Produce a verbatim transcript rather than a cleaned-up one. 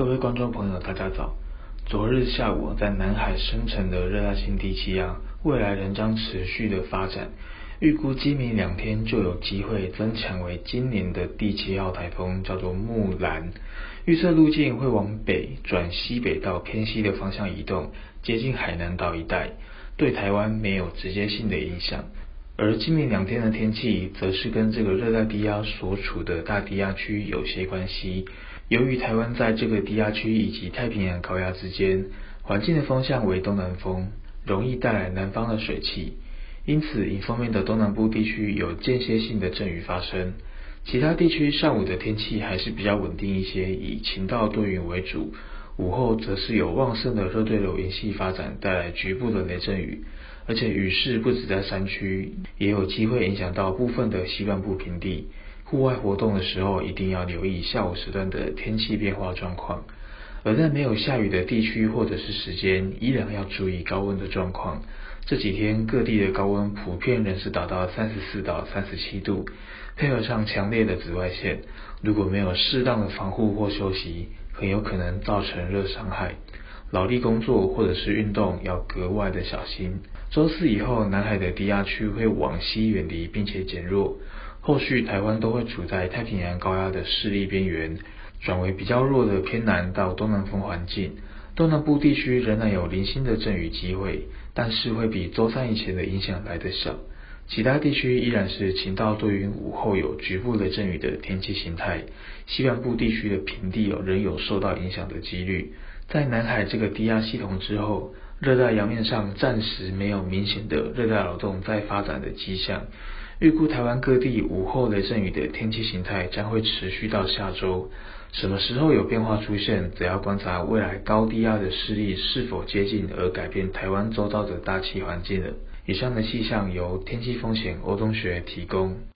位观众朋友，大家早。昨日下午，在南海生成的热带性低气压，未来仍将持续的发展，预估今明两天就有机会增强为今年的第七号台风，叫做木兰。预测路径会往北转西北到偏西的方向移动，接近海南岛一带，对台湾没有直接性的影响。而今明两天的天气，则是跟这个热带低压所处的大低压区有些关系。由于台湾在这个低压区以及太平洋高压之间，环境的风向为东南风，容易带来南方的水汽，因此迎风面的东南部地区有间歇性的阵雨发生。其他地区上午的天气还是比较稳定一些，以晴到多云为主，午后则是有旺盛的热对流云系发展，带来局部的雷阵雨，而且雨势不止在山区，也有机会影响到部分的西半部平地。户外活动的时候，一定要留意下午时段的天气变化状况。而在没有下雨的地区或者是时间，依然要注意高温的状况。这几天各地的高温普遍仍是达到三十四到三十七度，配合上强烈的紫外线，如果没有适当的防护或休息，很有可能造成热伤害。劳力工作或者是运动要格外的小心。周四以后，南海的低压区会往西远离并且减弱，后续台湾都会处在太平洋高压的势力边缘，转为比较弱的偏南到东南风环境。东南部地区仍然有零星的阵雨机会，但是会比周三以前的影响来得小。其他地区依然是晴到多云，午后有局部的阵雨的天气形态。西半部地区的平地有仍有受到影响的几率。在南海这个低压系统之后，热带洋面上暂时没有明显的热带扰动在发展的迹象。预估台湾各地午后雷阵雨的天气形态将会持续到下周。什么时候有变化出现，则要观察未来高低压的势力是否接近而改变台湾周遭的大气环境了。以上的气象由天气风险欧东学提供。